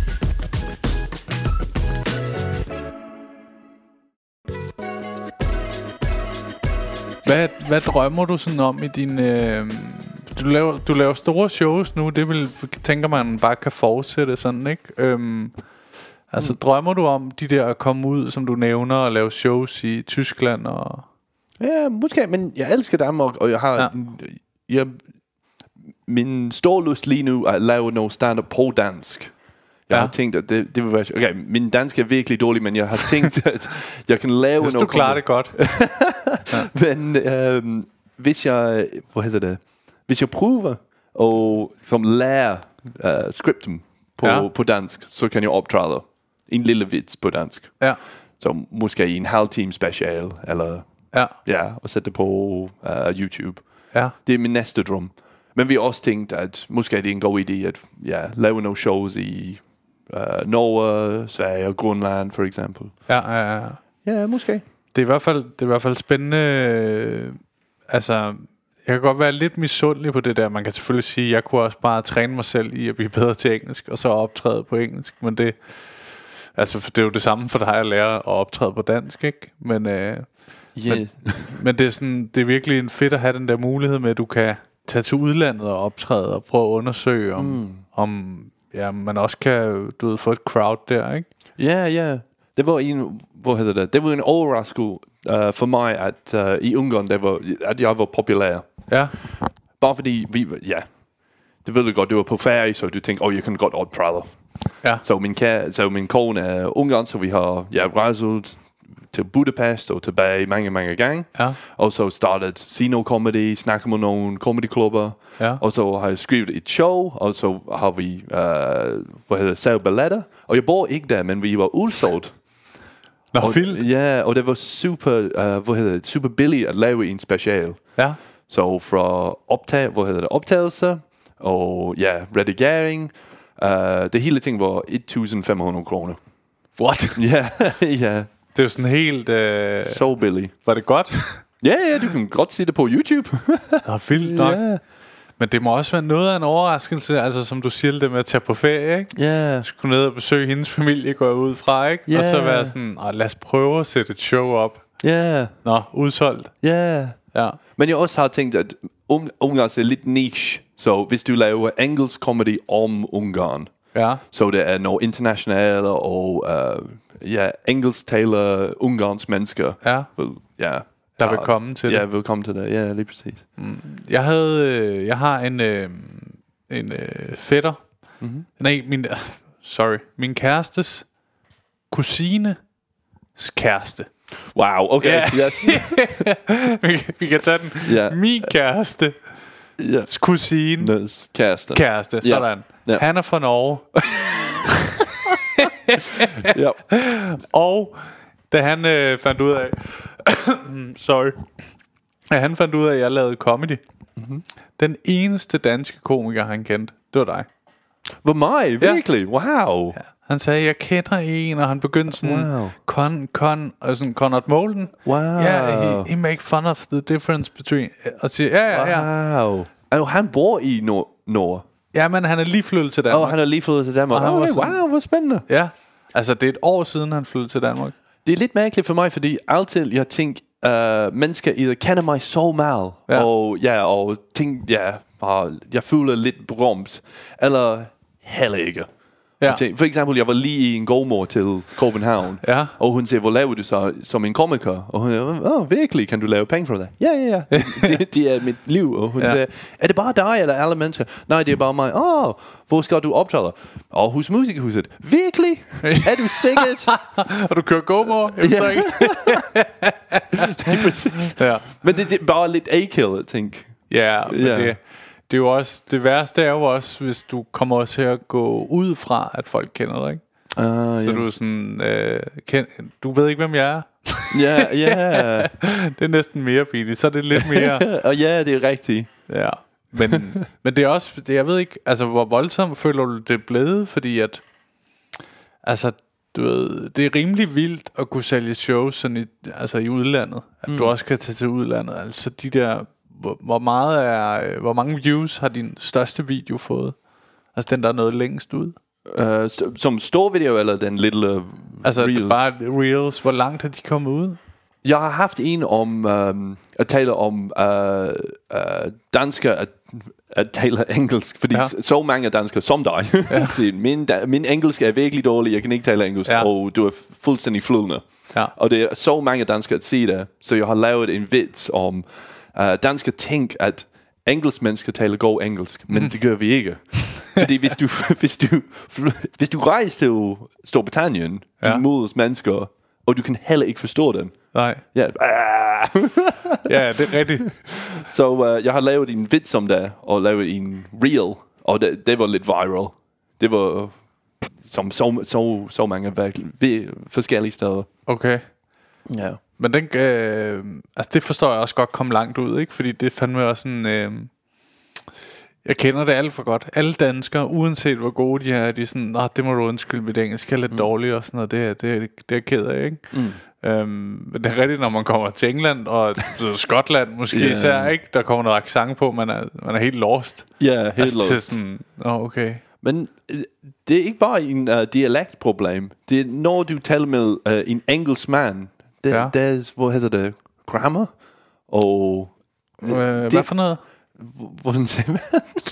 Hvad drømmer du sådan om i din... Du laver store shows nu. Det tænker man bare kan fortsætte sådan, ikke? Altså drømmer du om de der at komme ud, som du nævner, og lave shows i Tyskland og... Ja, måske, men jeg elsker Danmark, og jeg har... min store lyst lige nu er at lave noget stand-up på dansk. Jeg har tænkt, at det vil være... Okay, min dansk er virkelig dårlig, men jeg har tænkt, at jeg kan lave noget... Hvis du klarer det godt. Men hvis jeg... Hvis jeg prøver og som lærer skripten på dansk, så kan jeg optræde en lille vits på dansk. Ja. Så måske i en halv time special, eller... og sætte det på YouTube. Ja. Det er min næste drøm. Men vi har også tænkt, at måske er det en god idé at lave nogle shows i Norge, Sverige og Grønland, for eksempel. Ja, måske. Det er i hvert fald spændende. Altså, jeg kan godt være lidt misundelig på det der. Man kan selvfølgelig sige, at jeg kunne også bare træne mig selv i at blive bedre til engelsk, og så optræde på engelsk. Men det er jo det samme for dig at lære at optræde på dansk, ikke? Men det er sådan, det er virkelig fedt at have den der mulighed med, at du kan tage til udlandet og optræde og prøve at undersøge om man også kan få et crowd der, ikke? Ja. Det var en, det var en overraskelse for mig at i Ungarn at jeg var populær. Ja. Bare fordi det ved du godt, du var på ferie, så du tænkte, jeg kan godt optræde. Ja. Så min kone er Ungarn, så vi har rejst til Budapest og tilbage mange gange. Ja. Og så startet Sino Comedy, snakket med nogle comedyklubber. Ja. Og så har jeg skrevet et show, og så har vi selv balletter. Og jeg bor ikke der, men vi var udsolgt. Vildt. Ja, og det var super billigt at lave en special. Ja. Så fra optagelser og redigering, det hele ting var 1.500 kroner. What? Ja. Det er jo sådan helt... så billigt. Var det godt? Ja, du kan godt se det på YouTube. Vildt nok. Yeah. Men det må også være noget af en overraskelse, altså som du siger, det med at tage på ferie, ikke? Ja. Yeah. Skulle ned og besøge hendes familie, går jeg ud fra, ikke? Yeah. Og så være sådan, lad os prøve at sætte et show op. Ja. Yeah. Nå, udsolgt. Ja. Ja. Men jeg også har tænkt, at Ungarn er lidt niche. Så hvis du laver engelsk comedy om Ungarn, så det er noget internationale og engelsktaler Ungarns mennesker. Ja. Der vil komme til det. Ja, vil komme til det. Ja, lige præcis. Jeg har en fætter. Mm-hmm. Nej, min kærestes kusines kæreste. Wow, okay. Yeah. Yes. vi kan tage den. Yeah. Min kæreste kusines kæreste. Sådan. Yeah. Han er fra Norge. Og da han fandt ud af han fandt ud af, at jeg lavede comedy. Mm-hmm. Den eneste danske komiker, han kendte, det var dig. Hvor mig? Virkelig? Wow. Ja. Han sagde, jeg kender en, og han begyndte sådan, Conrad Molden. Wow. Yeah, he make fun of the difference between... Og siger, wow. Altså, han bor i Norge. Ja, men han er lige flyttet til Danmark. Han er lige flyttet til Danmark. Wow, hvor spændende. Ja, altså det er et år siden, han flyttede til Danmark. Det er lidt mærkeligt for mig, fordi altid jeg tænker, mennesker kender mig så meget, og tænker, jeg føler lidt bromt, eller heller ikke. Ja. For eksempel, jeg var lige i en gårdmor til København, og hun siger, hvor laver du så som en komiker? Og hun siger, virkelig, kan du lave penge for det? Ja. det er mit liv. Og hun siger, er det bare dig, eller alle mennesker? Nej, det er bare mig. Hvor skal du optræde? Hos Musikhuset. Virkelig? Er du sikkert? Og du kører gårdmor? Jeg forstår ikke. Det er præcis. Ja. Men det er bare lidt akavet, tænk. Ja, men det er jo også, det værste er jo også, hvis du kommer til at gå ud fra, at folk kender dig, ikke? Så du er sådan, du ved ikke, hvem jeg er. Ja. Det er næsten mere pinligt, så er det lidt mere. Og ja, det er rigtigt. Ja, men det er også, jeg ved ikke, altså hvor voldsomt føler du det blevet, fordi at, altså, du ved, det er rimelig vildt at kunne sælge shows sådan i udlandet, at du også kan tage til udlandet, altså de der. Hvor mange views har din største video fået? Altså den, der er noget længst ud? Som stor video, eller den lille altså reels? Bare reels. Hvor langt har de kommet ud? Jeg har haft en om at tale om danskere at tale engelsk, fordi så mange danskere som dig siger, min engelsk er virkelig dårlig, jeg kan ikke tale engelsk, og du er fuldstændig flydende. Og det er så mange danskere at sige det, så jeg har lavet en vits om danskere tænker, at engelskmennesker taler god engelsk, men det gør vi ikke. Fordi hvis du rejser til Storbritannien, du møder mennesker, og du kan heller ikke forstå dem. Nej. Ja, ja, det er rigtigt. Så jeg har lavet en vits om det, og lavet en reel, og det var lidt viral. Det var som så mange forskellige steder. Okay. Ja. Men den, altså det forstår jeg også godt komme langt ud, ikke? Fordi det fandme også sådan, jeg kender det alt for godt. Alle danskere, uanset hvor gode de er, de er sådan, det må du undskylde, mit engelsk er lidt dårligt og sådan noget. Det er jeg ked af, ikke? Men det er rigtigt, når man kommer til England og Skotland måske især, ikke? Der kommer noget accent på, man er helt lost. Ja, helt altså, lost. Til sådan, okay. Men det er ikke bare en dialektproblem. Det er, når du taler med en engelskmand, der er, hvad hedder det, grammar, og hvad for noget? Hvordan siger man?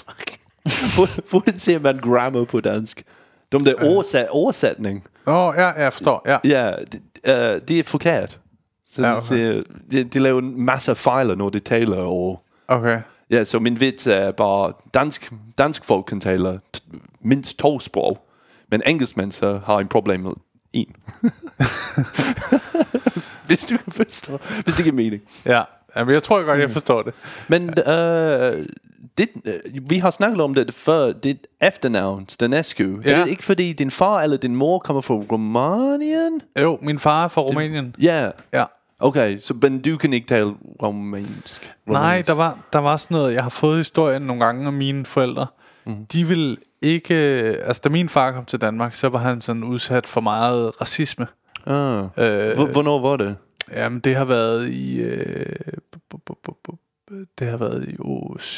Hvordan siger man grammar på dansk? Det er oversætning. Jeg forstår. Ja, det er forkert. Så de laver en masse fejler, når de taler. Og okay. Ja, så min vits er bare, dansk folk kan tale mindst 2 sprog, men engelskmænd så har en problem med 1. Hvis du kan forstå, hvis det giver mening. Ja, men jeg tror godt, jeg forstår det. Men vi har snakket om det før. Dit efternavn, Stănescu, er det ikke fordi din far eller din mor kommer fra Rumænien? Jo, min far er fra Rumænien. Ja. Okay, så men du kan ikke tale rumænsk? Nej, der var sådan noget. Jeg har fået historien nogle gange om mine forældre. De vil ikke. Altså da min far kom til Danmark, så var han sådan udsat for meget racisme. Hvornår var det? Jamen det har været i det har været i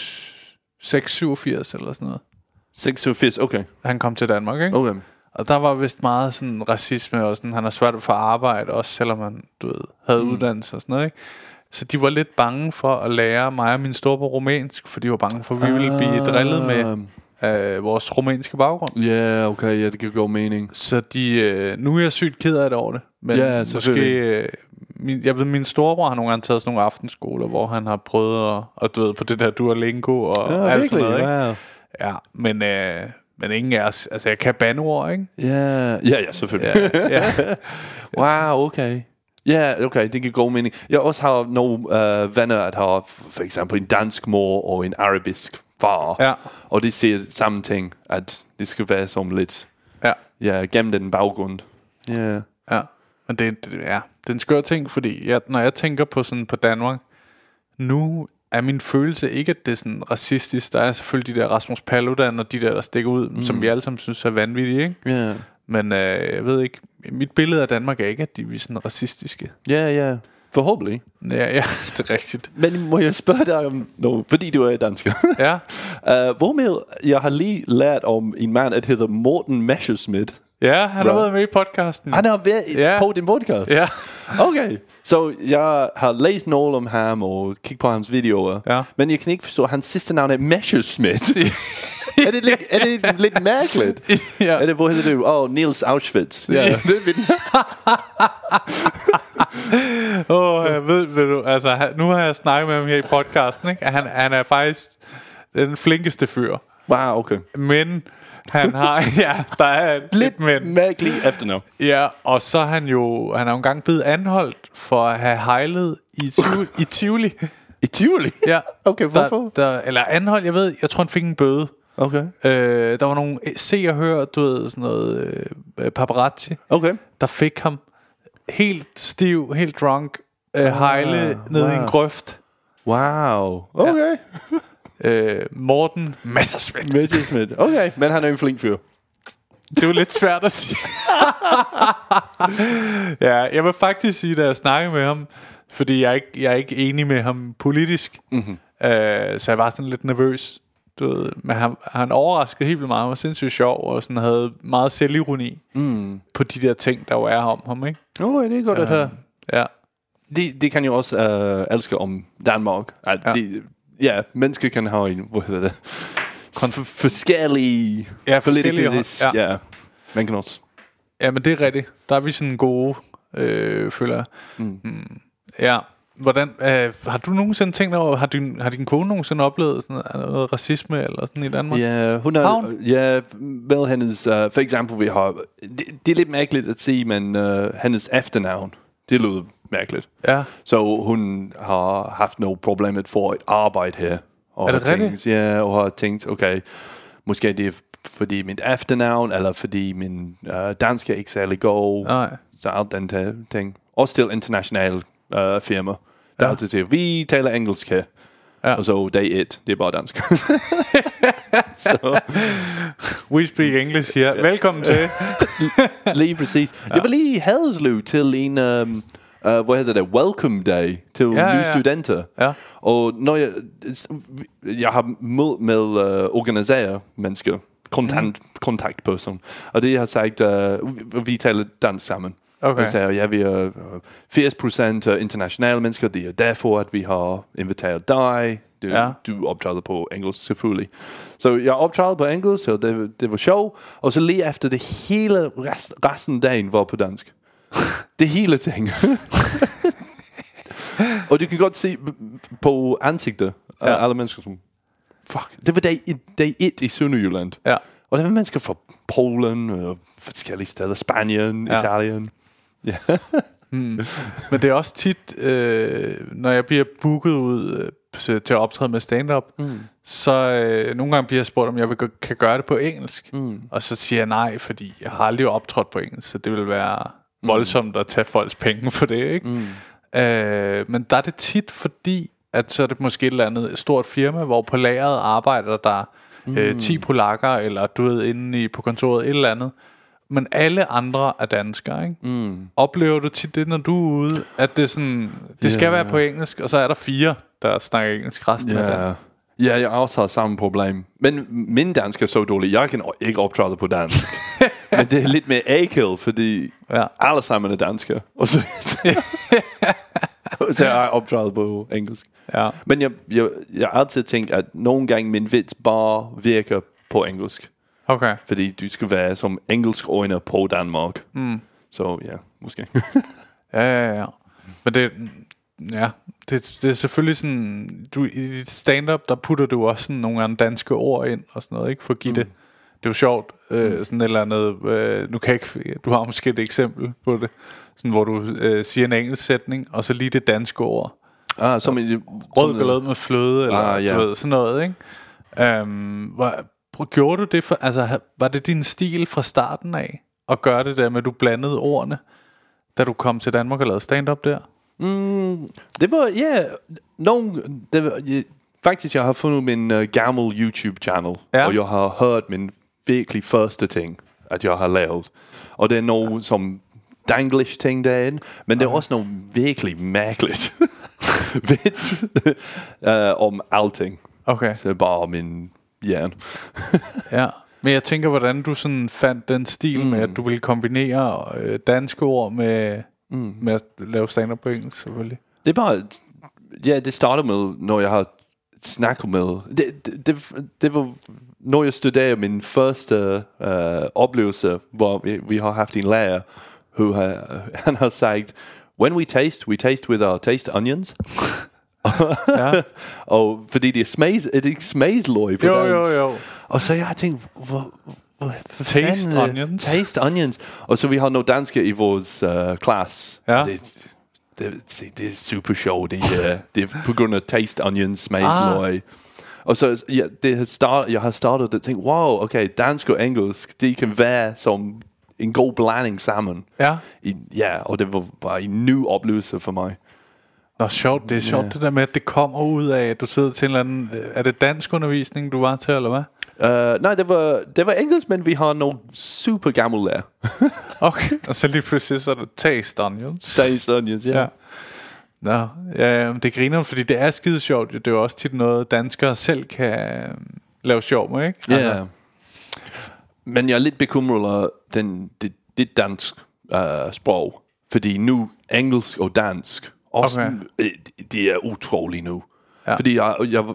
687 eller sådan noget. 687, okay. Han kom til Danmark, ikke? Okay. Og der var vist meget sådan racisme og sådan, han har svært at få arbejde også, selvom han havde uddannelse og sådan noget, ikke? Så de var lidt bange for at lære mig og min storebror rumænsk, for de var bange for, at vi ville blive drillet med vores rumænske baggrund. Ja, okay, det giver god mening. Så nu er jeg sygt ked af det over det. Men måske jeg ved, min storebror har nogle gange taget sådan nogle aftenskoler, hvor han har prøvet at på det der Duolingo og alt sådan noget, ikke? Wow. Ja, men ingen af os, altså jeg kan bandeord, ikke? Ja, selvfølgelig. Ja. Wow, okay. Ja, okay, det giver god mening. Jeg også har nogle venner, at har for eksempel en dansk mor og en arabisk far, og de siger samme ting, at det skal være som lidt gennem den baggrund. Ja. Men det er en skør ting, fordi når jeg tænker på Danmark, nu er min følelse ikke, at det er sådan racistisk. Der er selvfølgelig de der Rasmus Paludan og de der stikker ud, som vi alle sammen synes er vanvittige, ikke? Ja. Men jeg ved ikke, mit billede af Danmark er ikke, at de er sådan racistiske. Ja. Forhåbentlig. Ja, det er rigtigt. Men må jeg spørge dig om noget, fordi du er dansker? Ja. Hvor med, jeg har lige lært om en mand, der hedder Morten Messerschmidt. Ja, han har været med i podcasten. Han har været på din podcast? Ja. Okay, så jeg har læst noget om ham og kigget på hans videoer. Ja. Men jeg kan ikke forstå, at hans sidste navn er Messerschmidt. Er det lidt mærkeligt? Ja. Er det, hvor hedder du? Niels Auschwitz. Ja. Ved du, altså nu har jeg snakket med ham her i podcasten, ikke? Han er faktisk den flinkeste fyr. Wow, okay. Men han har, der er lidt men. Mærkeligt efternavn. Ja, og så er han jo engang blevet anholdt for at have hejlet i Tivoli. I Tivoli? Ja. Okay, hvorfor? Eller anholdt, jeg tror han fik en bøde. Okay. Der var nogle se og hør, du ved, sådan noget paparazzi. Okay. Der fik ham helt stiv, helt drunk, hejle ned i en grøft. Wow. Okay. Morten Messerschmidt. Okay, men han er en flink fyr. Det er jo lidt svært at sige. Ja, jeg vil faktisk sige, da jeg snakkede med ham, fordi jeg er ikke enig med ham politisk, så jeg var sådan lidt nervøs. Du ved, men han overraskede helt vildt meget. Han var sindssygt sjov og sådan havde meget selvironi på de der ting, der jo er om ham, ikke? Det er godt at høre. Ja. Det kan jo også elske om Danmark. Mennesker kan have en, hvad hedder det? Forskellige politiske. Ja, man kan også. Ja, men det er rigtigt. Der er vi sådan gode, føler jeg. Ja. Hvordan, har du nogensinde tænkt over, har din kone nogensinde oplevet sådan noget racisme eller sådan i Danmark? Ja, hun har, med hendes, for eksempel, vi har, det er lidt mærkeligt at sige, men hendes efternavn, det lyder mærkeligt. Ja. Så hun har haft noget problem med for et arbejde her. Og er det rigtigt? Ja, og har tænkt, okay, måske det er fordi mit efternavn, eller fordi min dansk er ikke særlig god. Nej. Så alt den ting. Også til internationale firma. Der altid siger, vi taler engelsk her. Ja. Og så day it, det er bare dansk. Så. We speak English here. Velkommen til. Lige præcis. Ja. Jeg var lige i Haderslev til en, hvad hedder det, welcome day til nye studenter. Ja. Og når jeg har mødt med organiserer mennesker, kontaktperson, og det har sagt, vi taler dansk sammen. Okay. Jeg sagde, vi er 80% internationale mennesker. Det er derfor, at vi har inviteret dig. Du optræder på engelsk, selvfølgelig. Så jeg optræder på engelsk, så det var sjovt. Og så lige efter det hele resten af dagen var på dansk. Det hele ting. Og du kan godt se på ansigter af alle mennesker som, fuck, det var dag 1 i Sønderjylland. Ja. Og der var mennesker fra Polen og forskellige steder, Spanien, Italien. Ja. Men det er også tit, når jeg bliver booket ud til at optræde med stand-up, så nogle gange bliver jeg spurgt, om jeg kan gøre det på engelsk. Og så siger jeg nej, fordi jeg har aldrig optrådt på engelsk, så det vil være voldsomt at tage folks penge for det, ikke? Men der er det tit, fordi at så er det måske et eller andet stort firma, hvor på lageret arbejder der 10 polakker, eller du ved, inde på kontoret et eller andet. Men alle andre er danskere, ikke? Oplever du tit det, når du er ude, at det sådan, det skal være på engelsk, og så er der 4, der snakker engelsk resten af dagen? Ja, jeg også har samme problem. Men min dansk er så dårlig, jeg kan ikke optræde på dansk. Men det er lidt mere akavet, fordi alle sammen er danskere. Og så så jeg optrædet på engelsk. Ja. Men jeg har altid tænkt, at nogle gange min vits bare virker på engelsk. Okay. Fordi du skal være som engelsk øjne på Danmark. Så ja, måske. Ja. Men det er selvfølgelig sådan, i dit stand-up, der putter du også sådan nogle andre danske ord ind og sådan noget, ikke? For at give det. Det er jo sjovt. Sådan et eller andet, nu kan jeg ikke, du har måske et eksempel på det, sådan, hvor du siger en engelsk sætning, og så lige det danske ord. Som rød ballade med fløde, eller du ved, sådan noget, ikke? Gjorde du det for, altså var det din stil fra starten af at gøre det der med, at du blandede ordene, da du kom til Danmark og lavede stand-up der? Det var, faktisk jeg har fundet min gammel YouTube-channel, og jeg har hørt min virkelig første ting, at jeg har lavet. Og det er noget som danglish ting derinde, men det er også noget virkelig mærkeligt vits om alting. Okay. Så bare min hjerne. Ja, men jeg tænker, hvordan du sådan fandt den stil med, at du ville kombinere danske ord med at lave stand-up på engelsk, selvfølgelig. Det er bare, det starter med, når jeg har snakke med. Det var, når jeg studerede min første oplevelse, hvor vi har haft en lærer, han har sagt, when we taste with our taste onions. Ja. Og fordi det er smagsløg på dansk. Jo. Og så jeg har tænkt, Taste onions. Taste onions. Og så vi har noget danske i vores klasse. Ja. Det er super sjovt. Det er på grund af taste onions, smagsløg. Og så jeg har startet at tænke, wow, okay, dansk og engelsk, det kan være som en god blanding sammen. Ja. Og det var bare en ny oplevelse for mig. Nå, sjovt. Det er sjovt det der med, at det kommer ud af, at du sidder til en eller anden... Er det dansk undervisning, du var til, eller hvad? Nej, det var engelsk, men vi har nogle super gamle lærer. Okay. Og så lige pludselig så er det taste onions. Taste onions, ja. Nå, det griner, fordi det er skide sjovt. Det er jo også tit noget, danskere selv kan lave sjov med, ikke? Ja. Altså. Men jeg er lidt bekymret over det dansk sprog. Fordi nu engelsk og dansk, også, det er utroligt nu. Ja. Fordi jeg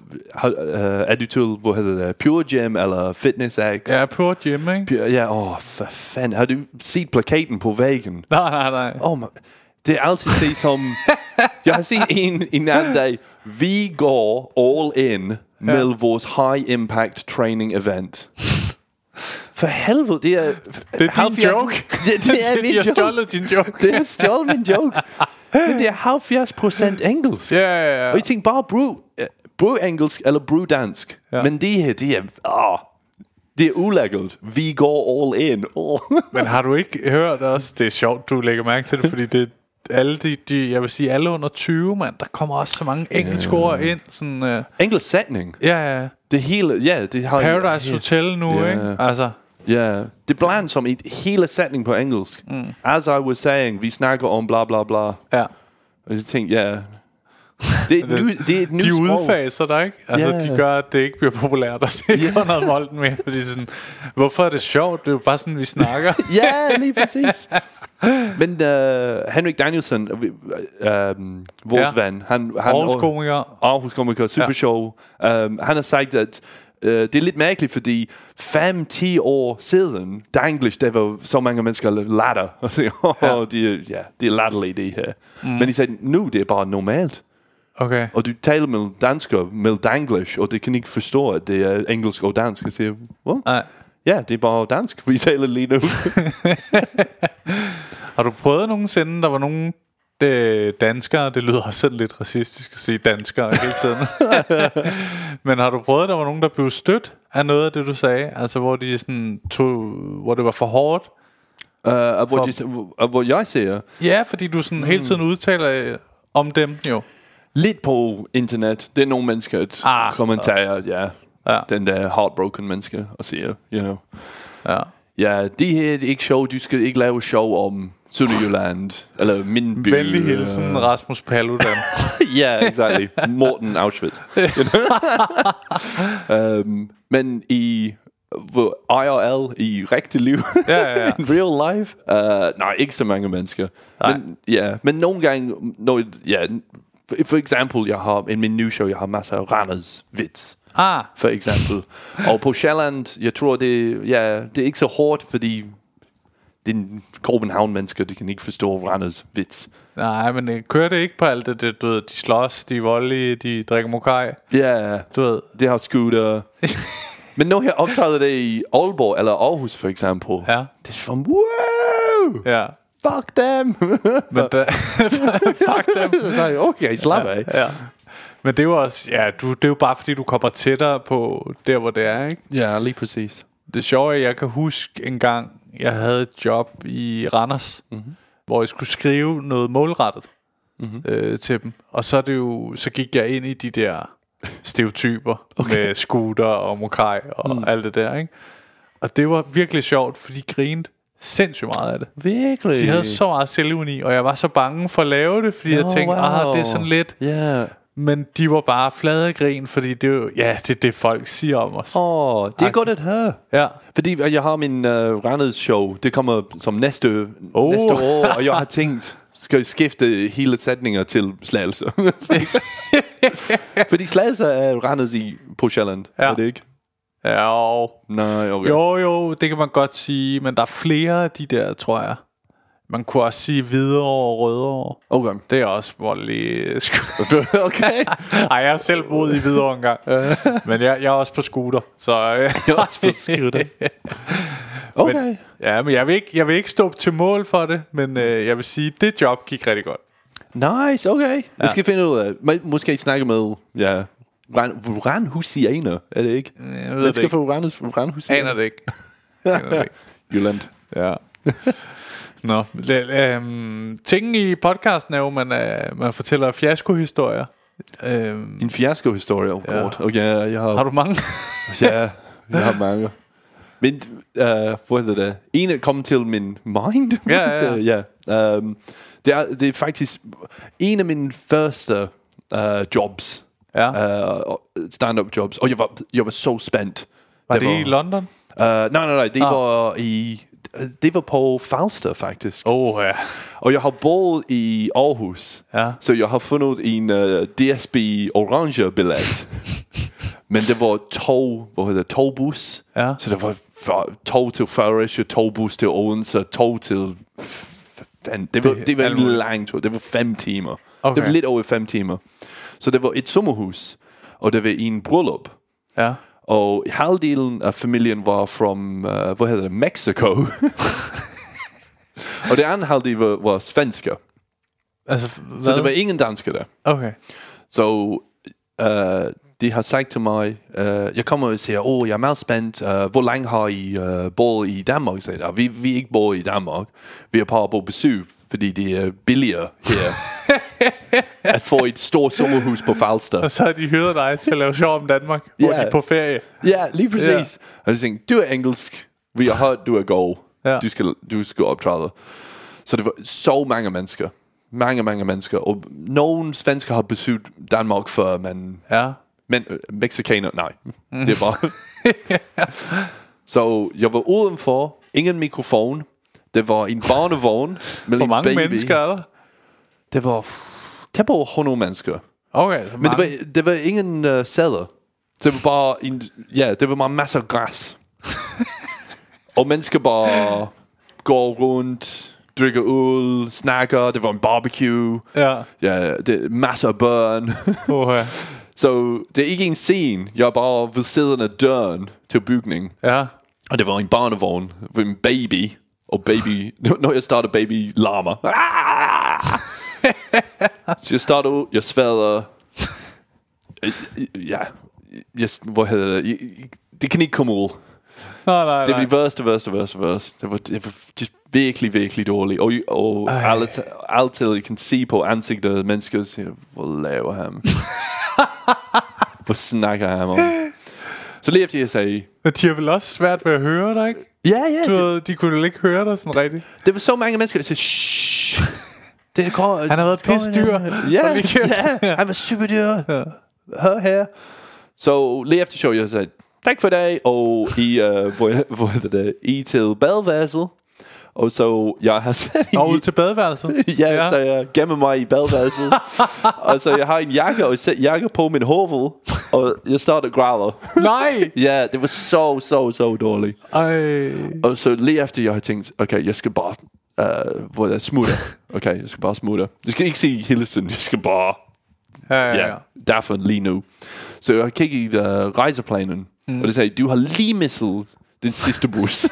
er du til, hvad hedder det, Pure Gym eller Fitness X? Ja, Pure Gym, ikke? For fanden. Har du set plakaten på væggen? Nej. Det er altid set som... Jeg har set en anden dag. Vi går all in med vores high impact training event. For helvede, det er din joke. Det er min joke. De har stjålet din joke. Det har stjålet min joke. Men det er 70% engelsk. Ja. Og jeg tænker bare brug engelsk eller brug dansk. Ja. Men det er ulækkert. Vi går all in. Men har du ikke hørt også? Det er sjovt, du lægger mærke til det, fordi det alle jeg vil sige alle under 20, mand. Der kommer også så mange engelske ord ind. Sådan, engelsk sætning. Ja. Det hele, det har Paradise Hotel nu, ikke? Altså. Ja, det blandt som et hele sætning på engelsk. As I was saying, vi snakker om bla bla bla. Ja. Og jeg tænkte, det er et nyt de sprog. udfaser der, ikke? Altså, de gør, at det ikke bliver populært at se noget Molten mere. Fordi sådan, hvorfor er det sjovt? Det er jo bare sådan, vi snakker. Ja, lige præcis. Men Henrik Danielsen, vores ven, han Aarhus-komiker, super show. Han har sagt, at det er lidt mærkeligt, fordi 5-10 år siden, Danglish, der var så mange mennesker latter. Det er latterligt det her. Men de sagde, nu det er bare normalt. Okay. Og du taler med dansker med Danglish, og det kan ikke forstå, at det er engelsk og dansk. Jeg siger, hvad? Ja, det er bare dansk, vi taler lige nu. Har du prøvet nogensinde, der var nogen danskere, det lyder også sådan lidt racistisk at sige danskere hele tiden. Men har du prøvet, der var nogen, der blev stødt af noget af det, du sagde? Altså, hvor de sådan hvor det var for hårdt? Hvor jeg siger? Ja, fordi du sådan hele tiden udtaler om dem, jo. Lidt på internet. Det er nogle mennesker, der kommenterer, den der heartbroken mennesker, og siger, you know. Ja, det her er ikke sjov. Du skal ikke lave show om Sønderjylland, eller min by. Venlig hilsen, Rasmus Paludan. Ja, exactly. Morten Auschwitz. Men i IRL, i rigtig liv, in real life, nej, ikke så mange mennesker. Men nogle gange, for eksempel, jeg har i min nye show, jeg har masser af Randers vits. For eksempel. Og på Sjælland, jeg tror, det er ikke så hårdt, fordi det er København-mennesker, de kan ikke forstå Randers vits. Nej, men kører det ikke på alt det, du ved, de slås, de er voldelige, de drikker mokai. Ja, du ved. Det har scooter. Men når jeg optræder det i Aalborg eller Aarhus for eksempel, det er som, wow! Ja. Fuck them! Fuck them! Okay, slap af. Ja. Men det er jo også, det er jo bare fordi, du kommer tættere på der, hvor det er, ikke? Ja, lige præcis. Det sjove er, at jeg kan huske en gang, jeg havde et job i Randers, hvor jeg skulle skrive noget målrettet til dem. Og så gik jeg ind i de der stereotyper med scooter og mokai og alt det der, ikke? Og det var virkelig sjovt, for de grinede sindssygt meget af det. Virkelig? De havde så meget selvuni, og jeg var så bange for at lave det, fordi jeg tænkte, det er sådan lidt... Men de var bare flade grin, fordi det er jo, det er det folk siger om os. Det er godt at høre. Ja. Fordi jeg har min Randers show, det kommer som næste år, og jeg har tænkt, skal jeg skifte hele sætninger til Slagelse. Fordi Slagelse er Randers i på Sjælland, er det ikke? Ja, nej, okay. Jo, det kan man godt sige. Men der er flere af de der, tror jeg. Man kunne også sige Hvidovre og Rødovre. Okay. Det er også voldeligt. Okay. Ej, jeg har selv boet i Hvidovre engang. Men jeg er også på scooter. Så jeg er også på scooter. Okay. Men jeg vil ikke stå til mål for det. Men jeg vil sige, det job gik rigtig godt. Nice, okay. Jeg skal finde ud af. Måske snakke med Randhusianer, er det ikke? Jeg ved det ikke. Randhusianer. Aner det ikke. Jylland. Ja. Nå, tingen i podcasten er jo, man fortæller fiaskohistorier. En fiaskohistorie, godt. Og jeg har du mange? Ja, jeg har mange. Men, hvor er det? En er kommet til min mind. Ja. Det er faktisk en af mine første jobs. Stand-up jobs. Og jeg var så spændt. Var det i London? Nej. Det var på Falster, faktisk. Ja. Og jeg har boet i Aarhus. Ja. Så jeg har fundet en DSB Orange billet. Men det var togbus. Ja. Så det var tog til Fredericia, togbus til Odense, tog til... Det var en lang tur. Det var 5 timer. Okay. Det var lidt over 5 timer. Så det var et sommerhus. Og det var en bryllup. Ja. Og halvdelen af familien var fra, Mexico. Og det andet halvdel var svensker. Altså, så der var ingen dansker der. Okay. Så de har sagt til mig, jeg kommer og siger, jeg er meget spændt. Hvor længe har I boet i Danmark? Så jeg, vi ikke boet i Danmark. Vi er bare på besøg, fordi det er billigere her. At få et stort sommerhus på Falster. Og så har de hyret dig til at lave sjov om Danmark, hvor de er på ferie. Ja, lige præcis. Yeah. Og jeg tænkte, du er engelsk. Vi har hørt, du er god. Yeah. Du skal optræde. Så det var så mange mennesker. Mange mennesker. Og nogle svensker har besøgt Danmark før, men... Ja. Men mexikaner, nej. Det er bare... Så jeg var udenfor. Ingen mikrofon. Det var en barnevogn. Hvor mange mennesker er der? Det var 100 mennesker. Okay, men det var ingen sæder. Det var bare det var bare masser af græs. Og mennesker bare går rundt, drikker øl, snakker. Det var en barbecue. Ja, det masser af børn. Så det er ikke en scene. Jeg er bare ved siden af døren til bygningen. Ja. Og det var en barnevogn med en baby. Og baby, når jeg starter, baby larmer. Så jeg starter ud, jeg sveder. Hvad hedder det? Det kan ikke komme ud. Nej. Det bliver værst. Det var virkelig, virkelig dårligt. Og altid jeg kan se på ansigtet af mennesker, siger, hvor laver han? Hvor snakker han om? Så lige efter jeg sagde... Men de har vel også svært ved at høre dig, ikke? Ja. De kunne vel ikke høre dig sådan rigtigt? Det var så mange mennesker, der sagde, shh. Han har været pisdyr. Ja, han var super dyr. Hør her. Så lige efter show, jeg sagde, tak for dag. Og I til badeværelset. Og så jeg har sat ud til badeværelset? Ja, så jeg gemmer mig i badeværelset. Og så jeg har en jakke og jakke på min hoved. Og jeg starter at græde. Nej! Ja, det var så dårligt. Og så lige efter jeg har tænkt, okay, jeg skal bare smutte. Okay, jeg skal bare smutte. Jeg skal ikke sige hilsen, jeg skal bare derfor lige nu. Så jeg har kigget i rejseplanen. Og det sagde, du har lige misset den sidste bus.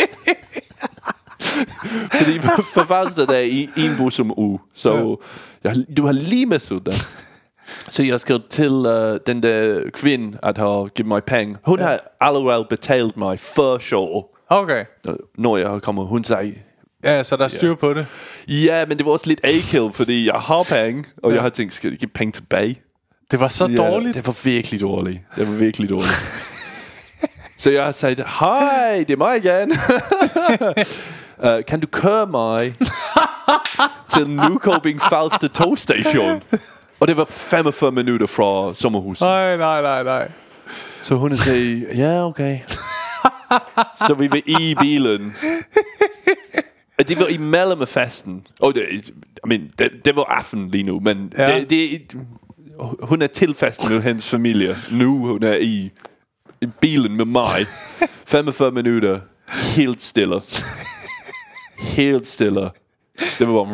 Fordi for første dag i en bus om uge. Så du har lige misset den. Så jeg skrev til den der kvinde, at have givet mig penge. Hun har allerede betalt mig for show. Okay. Når jeg har kommet, hun sagde... Ja, så der er styr på det. Ja, men det var også lidt akavet, fordi jeg har penge, og jeg har tænkt, skal jeg give penge tilbage? Det var så dårligt. Det var virkelig dårligt. Så jeg har sagt, hej, det er mig igen. Kan du køre mig til Nykøbing Falster togstation? Og det var 45 minutter fra sommerhuset. Nej. Så hun sagde, ja, okay. Så vi var i bilen. Det var imellem af festen. Det var aften lige nu, men hun er til festen med hendes familie. Nu hun er i bilen med mig. 45 minutter. Helt stille. Helt stille. Det var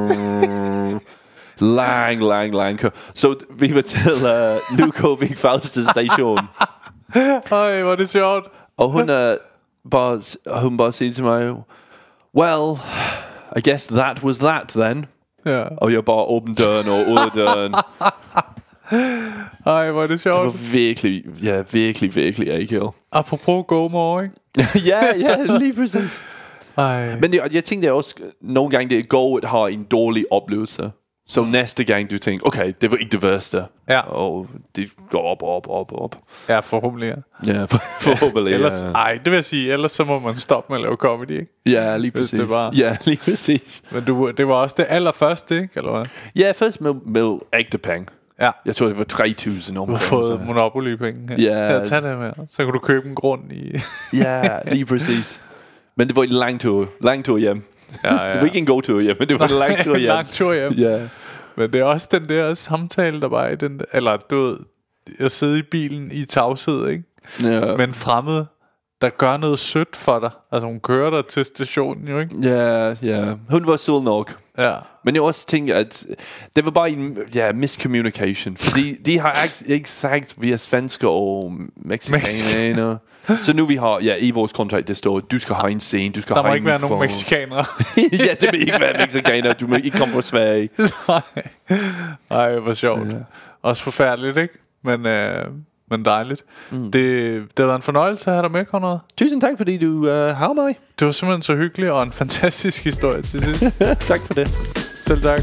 bare lang kø. Så vi var til Nykøbing Falster station. Øj, hvor er det sjovt. Og hun bare siger til mig, well, I guess that was that then. Ja. Og jeg bare åbne døren og ud af døren. Ej, hvor er det sjovt. Det var virkelig akavet. Apropos GoMore, ikke? ja, lige præcis. Ej. Men jeg tænkte også, nogle gange det er godt at have en dårlig oplevelse. Så næste gang du tænker, okay, det var ikke det værste. Ja. Og det går op. Ja, forhåbentlig. Ja, forhåbentlig. Ellers, det vil jeg sige, ellers så må man stoppe med at lave comedy, ikke? Ja, lige præcis. Ja, lige præcis. Men det var også det allerførste, ikke? Eller hvad? Ja, først med ægte penge. Ja. Jeg tror, det var 3.000 om. Du har fået Monopoly-penge. Ja. Tag det med. Så kan du købe en grund i... Ja, lige præcis. Men det var en lang tur hjem. Ja. Det var ikke en god tur hjem, men det var en lang tur hjem. Lang tur hjem. Ja. Men det er også den der samtale, der var i den... Eller du ved, at sidde i bilen i tavshed, ikke? Ja. Men fremmede, der gør noget sødt for dig. Altså hun kører dig til stationen, jo, ikke? Ja. Hun var sød nok. Ja. Men jeg også tænker, at det var bare en miscommunication. Fordi de har ikke sagt, vi er svensker og mexikanere. Så nu vi har, i vores kontrakt, det står, du skal have en scene, du skal der have må ikke være nogen mexikanere. Ja, det må ikke være mexikanere, du må ikke komme fra Sverige. Nej, hvor sjovt. Ja. Også forfærdeligt, ikke? Men dejligt. Det har været en fornøjelse at have dig med, Conrad. Tusind tak, fordi du har mig. Det var simpelthen så hyggeligt, og en fantastisk historie til sidst. Tak for det. Selv tak.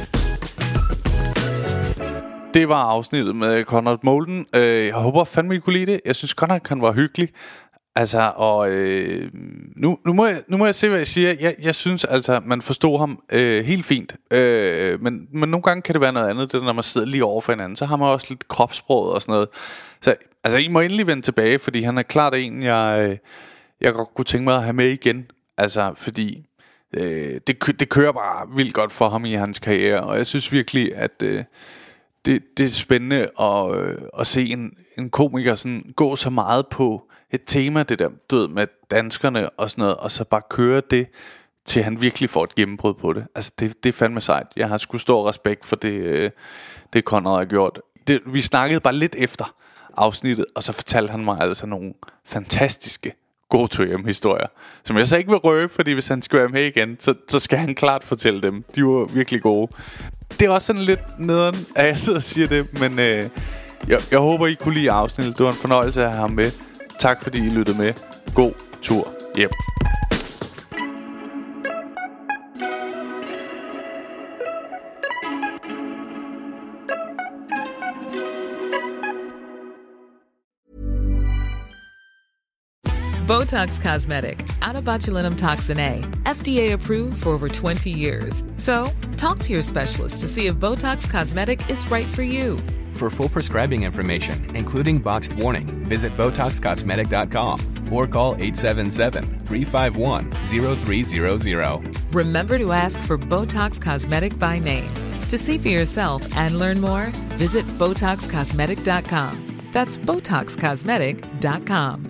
Det var afsnittet med Conrad Molden. Jeg håber fandme, I kunne lide det. Jeg synes Conrad kan var hyggelig. Altså, og nu må jeg se, hvad jeg siger. Jeg synes altså, man forstod ham helt fint. Men nogle gange kan det være noget andet, det når man sidder lige over for hinanden. Så har man også lidt kropssprog og sådan noget. Så altså, I må endelig vende tilbage, fordi han er klart en, jeg godt kunne tænke mig at have med igen. Altså, fordi det kører bare vildt godt for ham i hans karriere. Og jeg synes virkelig, at det er spændende at se en komiker sådan gå så meget på et tema, det der død med danskerne og sådan noget, og så bare køre det, til han virkelig får et gennembrud på det. Altså det er fandme sejt. Jeg har sgu stor respekt for det Conrad har gjort. Vi snakkede bare lidt efter afsnittet, og så fortalte han mig altså nogle fantastiske go to hjem historier, som jeg så ikke vil røbe, fordi hvis han skal være med igen, så skal han klart fortælle dem. De var virkelig gode. Det er også sådan lidt nederen, at jeg sidder og siger det, men jeg håber, I kunne lide afsnittet. Det var en fornøjelse at have ham med. Tak fordi I lyttede med. God tur hjem. Botox Cosmetic, out of botulinum toxin A, FDA approved for over 20 years. So, talk to your specialist to see if Botox Cosmetic is right for you. For full prescribing information, including boxed warning, visit BotoxCosmetic.com or call 877-351-0300. Remember to ask for Botox Cosmetic by name. To see for yourself and learn more, visit BotoxCosmetic.com. That's BotoxCosmetic.com.